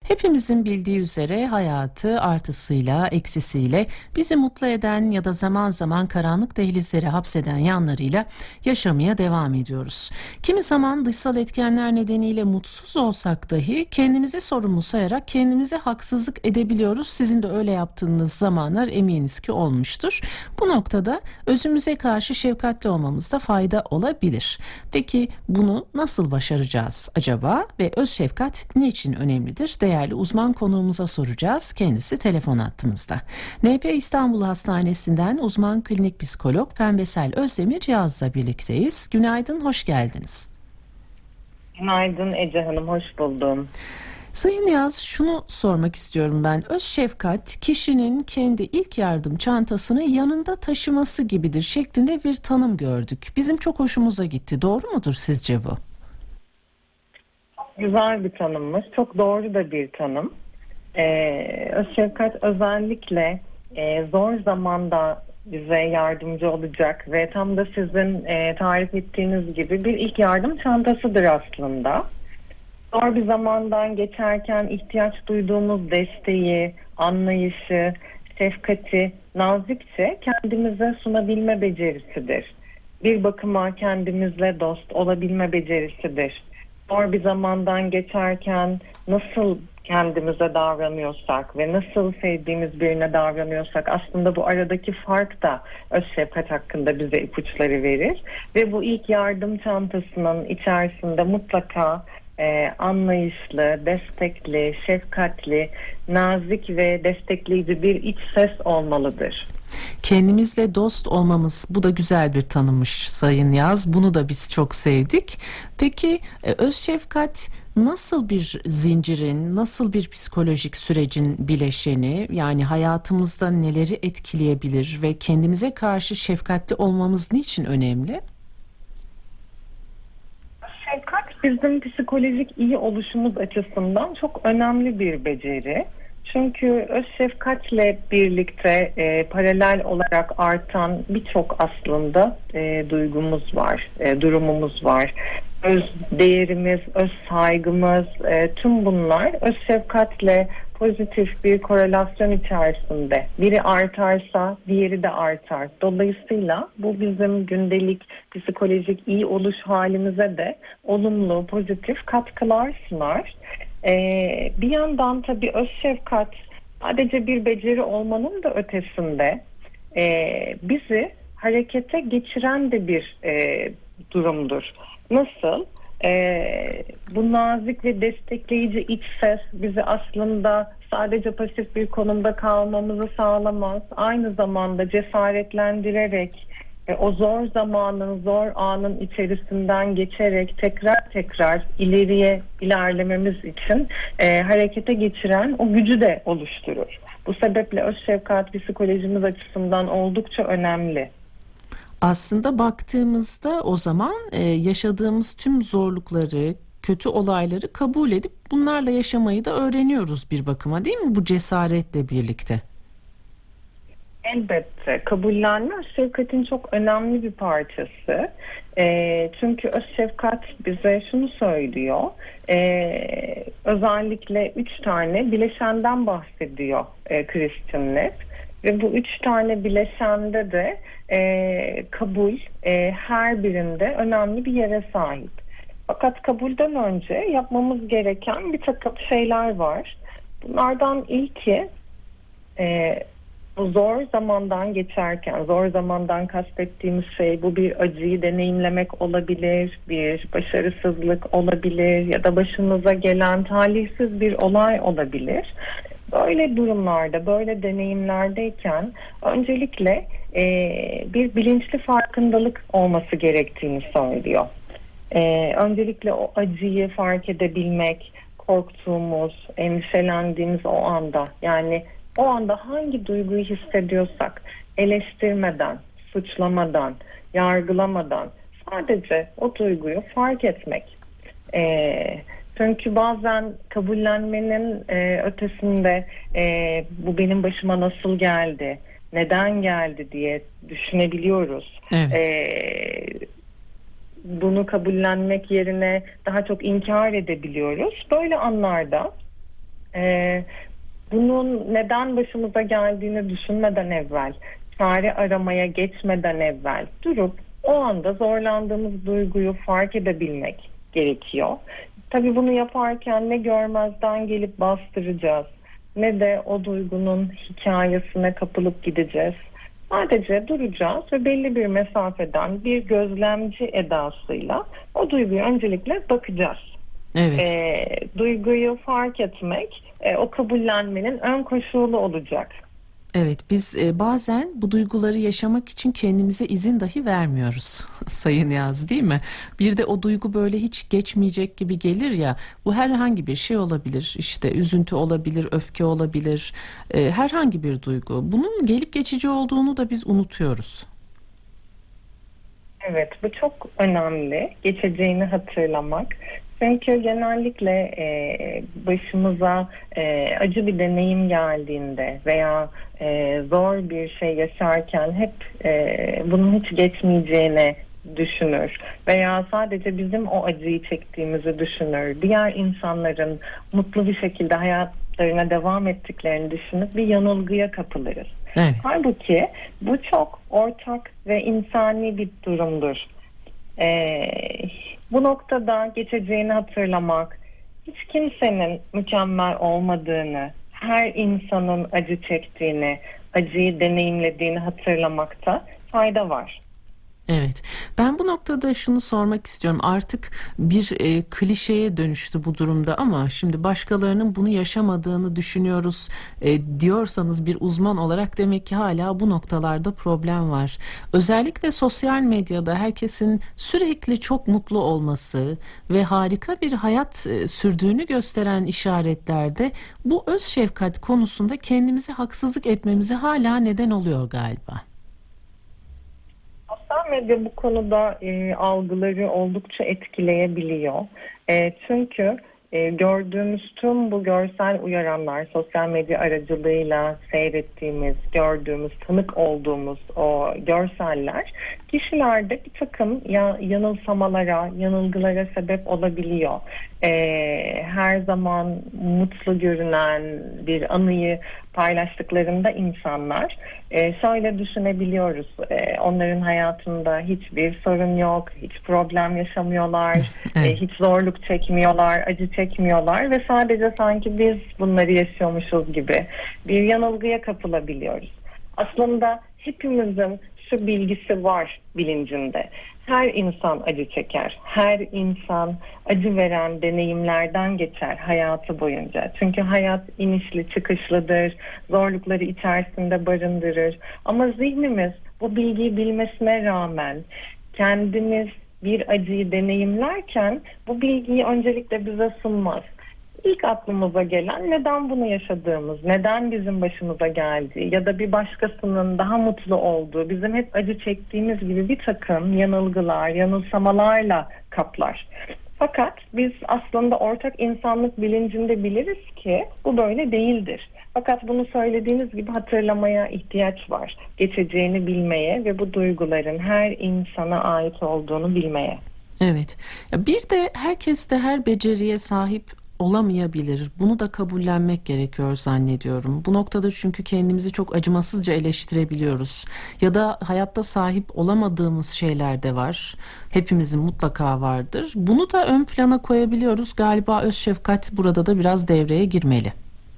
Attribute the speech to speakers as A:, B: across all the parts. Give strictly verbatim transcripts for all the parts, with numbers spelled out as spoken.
A: Hepimizin bildiği üzere hayatı artısıyla, eksisiyle, bizi mutlu eden ya da zaman zaman karanlık dehlizlere hapseden yanlarıyla yaşamaya devam ediyoruz. Kimi zaman dışsal etkenler nedeniyle mutsuz olsak dahi kendimizi sorumlu sayarak kendimize haksızlık edebiliyoruz. Sizin de öyle yaptığınız zamanlar eminiz ki olmuştur. Bu noktada özümüze karşı şefkatli olmamızda fayda olabilir. Peki bunu nasıl başaracağız acaba ve öz şefkat niçin önemlidir? Değerli uzman konuğumuza soracağız. Kendisi telefon hattımızda. N P İstanbul Hastanesi'nden uzman klinik psikolog Pembesel Özdemir Yaz'la birlikteyiz. Günaydın, hoş geldiniz.
B: Günaydın Ece Hanım, hoş buldum.
A: Sayın Yaz, şunu sormak istiyorum ben. Öz şefkat, kişinin kendi ilk yardım çantasını yanında taşıması gibidir şeklinde bir tanım gördük. Bizim çok hoşumuza gitti. Doğru mudur sizce bu?
B: Güzel bir tanımmış, çok doğru da bir tanım. Ee, öz şefkat özellikle e, zor zamanda bize yardımcı olacak ve tam da sizin e, tarif ettiğiniz gibi bir ilk yardım çantasıdır aslında. Zor bir zamandan geçerken ihtiyaç duyduğumuz desteği, anlayışı, şefkati nazikçe kendimize sunabilme becerisidir. Bir bakıma kendimizle dost olabilme becerisidir. Zor bir zamandan geçerken nasıl kendimize davranıyorsak ve nasıl sevdiğimiz birine davranıyorsak aslında bu aradaki fark da öz şefkat hakkında bize ipuçları verir. Ve bu ilk yardım çantasının içerisinde mutlaka e, anlayışlı, destekli, şefkatli, nazik ve destekleyici bir iç ses olmalıdır.
A: Kendimizle dost olmamız, bu da güzel bir tanımmış Sayın Yaz. Bunu da biz çok sevdik. Peki öz şefkat nasıl bir zincirin, nasıl bir psikolojik sürecin bileşeni? Yani hayatımızda neleri etkileyebilir ve kendimize karşı şefkatli olmamız niçin önemli?
B: Şefkat bizim psikolojik iyi oluşumuz açısından çok önemli bir beceri. Çünkü öz şefkatle birlikte e, paralel olarak artan birçok aslında e, duygumuz var, e, durumumuz var. Öz değerimiz, öz saygımız, e, tüm bunlar öz şefkatle pozitif bir korelasyon içerisinde. Biri artarsa diğeri de artar. Dolayısıyla bu bizim gündelik psikolojik iyi oluş halimize de olumlu, pozitif katkılar sunar. Ee, bir yandan tabii öz şefkat sadece bir beceri olmanın da ötesinde e, bizi harekete geçiren de bir e, durumdur. Nasıl? E, bu nazik ve destekleyici iç ses bizi aslında sadece pasif bir konumda kalmamızı sağlamaz. Aynı zamanda cesaretlendirerek E, o zor zamanın, zor anın içerisinden geçerek tekrar tekrar ileriye ilerlememiz için e, harekete geçiren o gücü de oluşturur. Bu sebeple öz şefkat psikolojimiz açısından oldukça önemli.
A: Aslında baktığımızda o zaman e, yaşadığımız tüm zorlukları, kötü olayları kabul edip bunlarla yaşamayı da öğreniyoruz bir bakıma, değil mi? Bu cesaretle birlikte.
B: Elbette kabullenme öz şefkatin çok önemli bir parçası. E, çünkü öz şefkat bize şunu söylüyor. E, özellikle üç tane bileşenden bahsediyor e, Christian Neff. Ve bu üç tane bileşende de e, kabul e, her birinde önemli bir yere sahip. Fakat kabulden önce yapmamız gereken bir takım şeyler var. Bunlardan ilki e, bu zor zamandan geçerken, zor zamandan kastettiğimiz şey bu bir acıyı deneyimlemek olabilir, bir başarısızlık olabilir ya da başımıza gelen talihsiz bir olay olabilir. Böyle durumlarda, böyle deneyimlerdeyken öncelikle e, bir bilinçli farkındalık olması gerektiğini söylüyor. E, öncelikle o acıyı fark edebilmek, korktuğumuz, endişelendiğimiz o anda, yani o anda hangi duyguyu hissediyorsak eleştirmeden, suçlamadan, yargılamadan sadece o duyguyu fark etmek. Ee, çünkü bazen kabullenmenin e, ötesinde e, bu benim başıma nasıl geldi, neden geldi diye düşünebiliyoruz.
A: Evet.
B: Ee, bunu kabullenmek yerine daha çok inkar edebiliyoruz. Böyle anlarda e, bunun neden başımıza geldiğini düşünmeden evvel, çare aramaya geçmeden evvel durup o anda zorlandığımız duyguyu fark edebilmek gerekiyor. Tabii bunu yaparken ne görmezden gelip bastıracağız, ne de o duygunun hikayesine kapılıp gideceğiz. Sadece duracağız ve belli bir mesafeden bir gözlemci edasıyla o duyguyu öncelikle bakacağız.
A: Evet.
B: E, duyguyu fark etmek e, o kabullenmenin ön koşulu olacak.
A: Evet, biz e, bazen bu duyguları yaşamak için kendimize izin dahi vermiyoruz Sayın Yaz, değil mi? Bir de o duygu böyle hiç geçmeyecek gibi gelir ya, bu herhangi bir şey olabilir, işte üzüntü olabilir, öfke olabilir, e, herhangi bir duygu. Bunun gelip geçici olduğunu da biz unutuyoruz.
B: Evet, bu çok önemli. Geçeceğini hatırlamak. Çünkü genellikle e, başımıza e, acı bir deneyim geldiğinde veya e, zor bir şey yaşarken hep e, bunun hiç geçmeyeceğini düşünür veya sadece bizim o acıyı çektiğimizi düşünür. Diğer insanların mutlu bir şekilde hayatlarına devam ettiklerini düşünüp bir yanılgıya kapılırız.
A: Evet.
B: Halbuki bu çok ortak ve insani bir durumdur. Ee, bu noktada geçeceğini hatırlamak, hiç kimsenin mükemmel olmadığını, her insanın acı çektiğini, acıyı deneyimlediğini hatırlamakta fayda var.
A: Evet. Ben bu noktada şunu sormak istiyorum. Artık bir e, klişeye dönüştü bu durumda ama şimdi başkalarının bunu yaşamadığını düşünüyoruz e, diyorsanız bir uzman olarak demek ki hala bu noktalarda problem var. Özellikle sosyal medyada herkesin sürekli çok mutlu olması ve harika bir hayat e, sürdüğünü gösteren işaretlerde bu öz şefkat konusunda kendimize haksızlık etmemize hala neden oluyor galiba.
B: Sosyal medya bu konuda e, algıları oldukça etkileyebiliyor. E, çünkü e, gördüğümüz tüm bu görsel uyaranlar, sosyal medya aracılığıyla seyrettiğimiz, gördüğümüz, tanık olduğumuz o görseller kişilerde bir takım ya, yanılsamalara, yanılgılara sebep olabiliyor. E, her zaman mutlu görünen bir anıyı paylaştıklarında insanlar e, şöyle düşünebiliyoruz. E, onların hayatında hiçbir sorun yok, hiç problem yaşamıyorlar,
A: Evet.
B: e, hiç zorluk çekmiyorlar, acı çekmiyorlar ve sadece sanki biz bunları yaşıyormuşuz gibi bir yanılgıya kapılabiliyoruz. Aslında hepimizin şu bilgisi var bilincinde. Her insan acı çeker. Her insan acı veren deneyimlerden geçer hayatı boyunca. Çünkü hayat inişli çıkışlıdır, zorlukları içerisinde barındırır. Ama zihnimiz bu bilgiyi bilmesine rağmen kendimiz bir acıyı deneyimlerken bu bilgiyi öncelikle bize sunmaz. İlk aklımıza gelen neden bunu yaşadığımız, neden bizim başımıza geldiği ya da bir başkasının daha mutlu olduğu, bizim hep acı çektiğimiz gibi bir takım yanılgılar, yanılsamalarla kaplar. Fakat biz aslında ortak insanlık bilincinde biliriz ki bu böyle değildir. Fakat bunu söylediğiniz gibi hatırlamaya ihtiyaç var. Geçeceğini bilmeye ve bu duyguların her insana ait olduğunu bilmeye.
A: Evet. Ya bir de herkes de her beceriye sahip olamayabilir. Bunu da kabullenmek gerekiyor zannediyorum. Bu noktada çünkü kendimizi çok acımasızca eleştirebiliyoruz. Ya da hayatta sahip olamadığımız şeyler de var. Hepimizin mutlaka vardır. Bunu da ön plana koyabiliyoruz. Galiba öz şefkat burada da biraz devreye girmeli.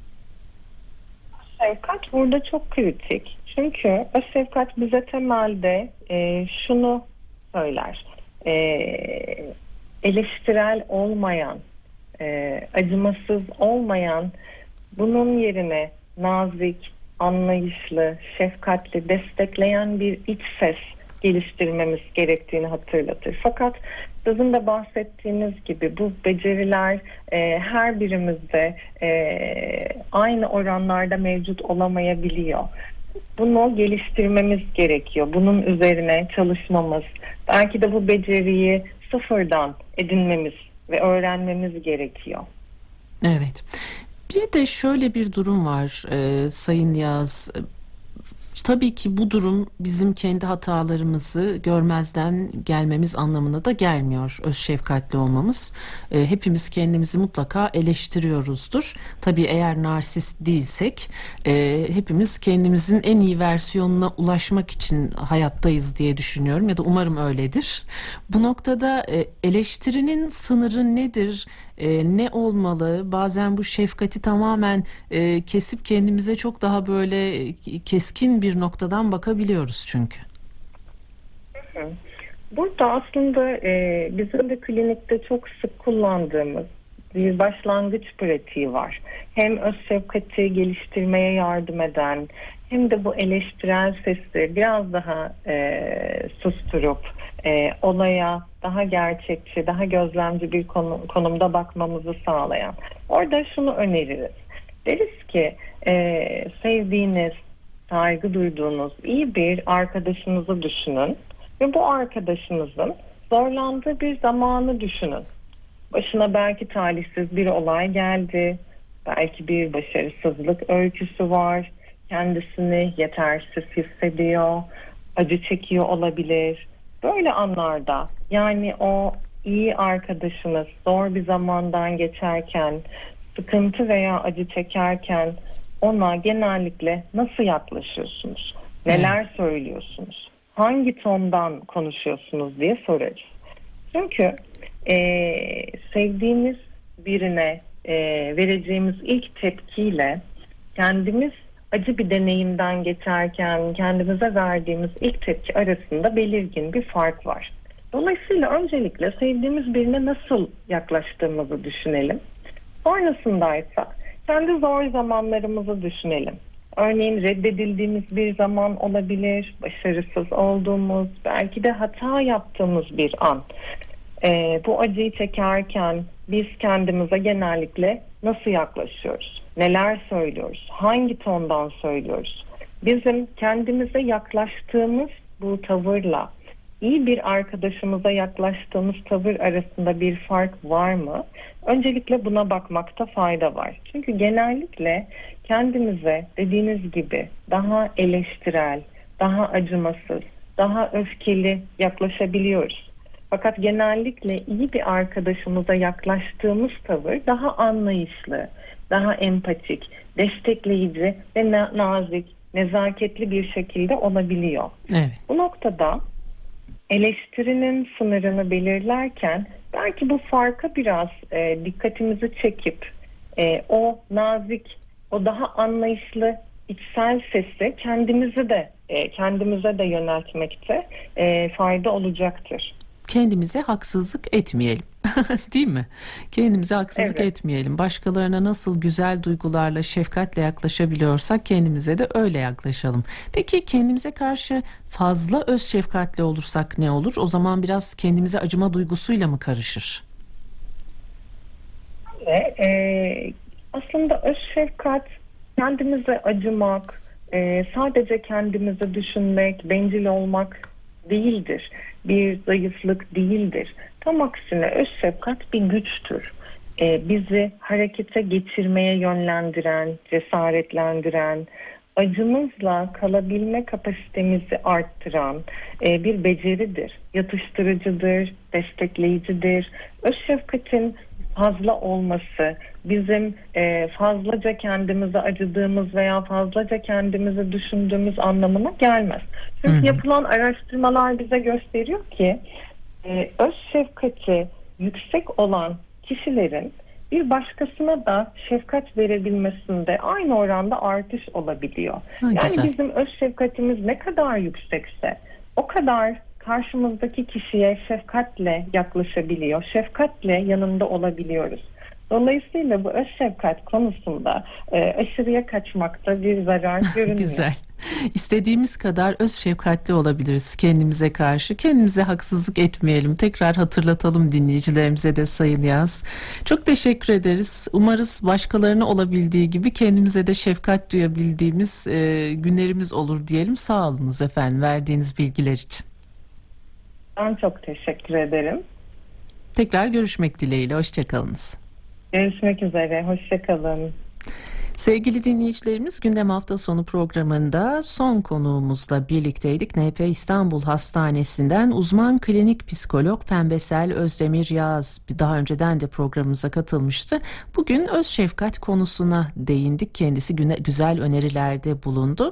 B: Şefkat burada çok kritik. Çünkü öz şefkat bize temelde e, şunu söyler. E, eleştirel olmayan, e, acımasız olmayan, bunun yerine nazik, anlayışlı, şefkatli, destekleyen bir iç ses geliştirmemiz gerektiğini hatırlatır. Fakat sizin de bahsettiğiniz gibi bu beceriler e, her birimizde e, aynı oranlarda mevcut olamayabiliyor. Bunu geliştirmemiz gerekiyor. Bunun üzerine çalışmamız, belki de bu beceriyi sıfırdan edinmemiz ve öğrenmemiz gerekiyor.
A: Evet. Bir de şöyle bir durum var e, Sayın Yaz. Tabii ki bu durum bizim kendi hatalarımızı görmezden gelmemiz anlamına da gelmiyor. Öz şefkatli olmamız. E, hepimiz kendimizi mutlaka eleştiriyoruzdur. Tabii eğer narsist değilsek e, hepimiz kendimizin en iyi versiyonuna ulaşmak için hayattayız diye düşünüyorum ya da umarım öyledir. Bu noktada e, eleştirinin sınırı nedir? E, ne olmalı? Bazen bu şefkati tamamen e, kesip kendimize çok daha böyle e, keskin bir noktadan bakabiliyoruz çünkü.
B: Burada aslında e, bizim de klinikte çok sık kullandığımız bir başlangıç pratiği var. Hem öz şefkati geliştirmeye yardım eden hem de bu eleştirel sesi biraz daha e, susturup e, olaya daha gerçekçi, daha gözlemci bir konu, konumda bakmamızı sağlayan. Orada şunu öneririz. Deriz ki e, sevdiğiniz, saygı duyduğunuz iyi bir arkadaşınızı düşünün ve bu arkadaşınızın zorlandığı bir zamanı düşünün. Başına belki talihsiz bir olay geldi, belki bir başarısızlık öyküsü var, kendisini yetersiz hissediyor, acı çekiyor olabilir. Böyle anlarda, yani o iyi arkadaşınız zor bir zamandan geçerken, sıkıntı veya acı çekerken ona genellikle nasıl yaklaşıyorsunuz? Neler söylüyorsunuz? Hangi tondan konuşuyorsunuz diye sorarız. Çünkü e, sevdiğimiz birine e, vereceğimiz ilk tepkiyle kendimiz acı bir deneyimden geçerken kendimize verdiğimiz ilk tepki arasında belirgin bir fark var. Dolayısıyla öncelikle sevdiğimiz birine nasıl yaklaştığımızı düşünelim. Sonrasındaysa kendi zor zamanlarımızı düşünelim. Örneğin reddedildiğimiz bir zaman olabilir, başarısız olduğumuz, belki de hata yaptığımız bir an. Ee, bu acıyı çekerken biz kendimize genellikle nasıl yaklaşıyoruz? Neler söylüyoruz? Hangi tondan söylüyoruz? Bizim kendimize yaklaştığımız bu tavırla iyi bir arkadaşımıza yaklaştığımız tavır arasında bir fark var mı? Öncelikle buna bakmakta fayda var. Çünkü genellikle kendimize dediğiniz gibi daha eleştirel, daha acımasız, daha öfkeli yaklaşabiliyoruz. Fakat genellikle iyi bir arkadaşımıza yaklaştığımız tavır daha anlayışlı, daha empatik, destekleyici ve nazik, nezaketli bir şekilde olabiliyor.
A: Evet.
B: Bu noktada eleştirinin sınırını belirlerken belki bu farka biraz e, dikkatimizi çekip e, o nazik, o daha anlayışlı içsel sesi kendimizi de e, kendimize de yöneltmekte e, fayda olacaktır.
A: Kendimize haksızlık etmeyelim. Değil mi? Kendimize haksızlık
B: Evet.
A: etmeyelim. Başkalarına nasıl güzel duygularla, şefkatle yaklaşabiliyorsak kendimize de öyle yaklaşalım. Peki kendimize karşı fazla öz şefkatli olursak ne olur? O zaman biraz kendimize acıma duygusuyla mı karışır?
B: Ve e, aslında öz şefkat, kendimize acımak, e, sadece kendimizi düşünmek, bencil olmak değildir. Bir zayıflık değildir. Tam aksine öz şefkat bir güçtür. E, bizi harekete geçirmeye yönlendiren, cesaretlendiren, acımızla kalabilme kapasitemizi arttıran e, bir beceridir. Yatıştırıcıdır, destekleyicidir. Öz şefkatin fazla olması bizim e, fazlaca kendimize acıdığımız veya fazlaca kendimizi düşündüğümüz anlamına gelmez. Çünkü
A: Hı hı.
B: yapılan araştırmalar bize gösteriyor ki e, öz şefkati yüksek olan kişilerin bir başkasına da şefkat verebilmesinde aynı oranda artış olabiliyor.
A: Ha,
B: yani
A: güzel.
B: bizim öz şefkatimiz ne kadar yüksekse o kadar karşımızdaki kişiye şefkatle yaklaşabiliyor, şefkatle yanında olabiliyoruz. Dolayısıyla bu öz şefkat konusunda e, aşırıya kaçmakta bir zarar görünmüyor.
A: Güzel. İstediğimiz kadar öz şefkatli olabiliriz kendimize karşı. Kendimize haksızlık etmeyelim. Tekrar hatırlatalım dinleyicilerimize de Sayın Yaz. Çok teşekkür ederiz. Umarız başkalarına olabildiği gibi kendimize de şefkat duyabildiğimiz e, günlerimiz olur diyelim. Sağ olunuz efendim verdiğiniz bilgiler için.
B: Ben çok teşekkür ederim.
A: Tekrar görüşmek dileğiyle. Hoşça kalınız.
B: Görüşmek üzere. Hoşça kalın.
A: Sevgili dinleyicilerimiz, Gündem Hafta Sonu programında son konuğumuzla birlikteydik. N P İstanbul Hastanesi'nden uzman klinik psikolog Pembesel Özdemir Yağız daha önceden de programımıza katılmıştı. Bugün öz şefkat konusuna değindik. Kendisi güne, güzel önerilerde bulundu.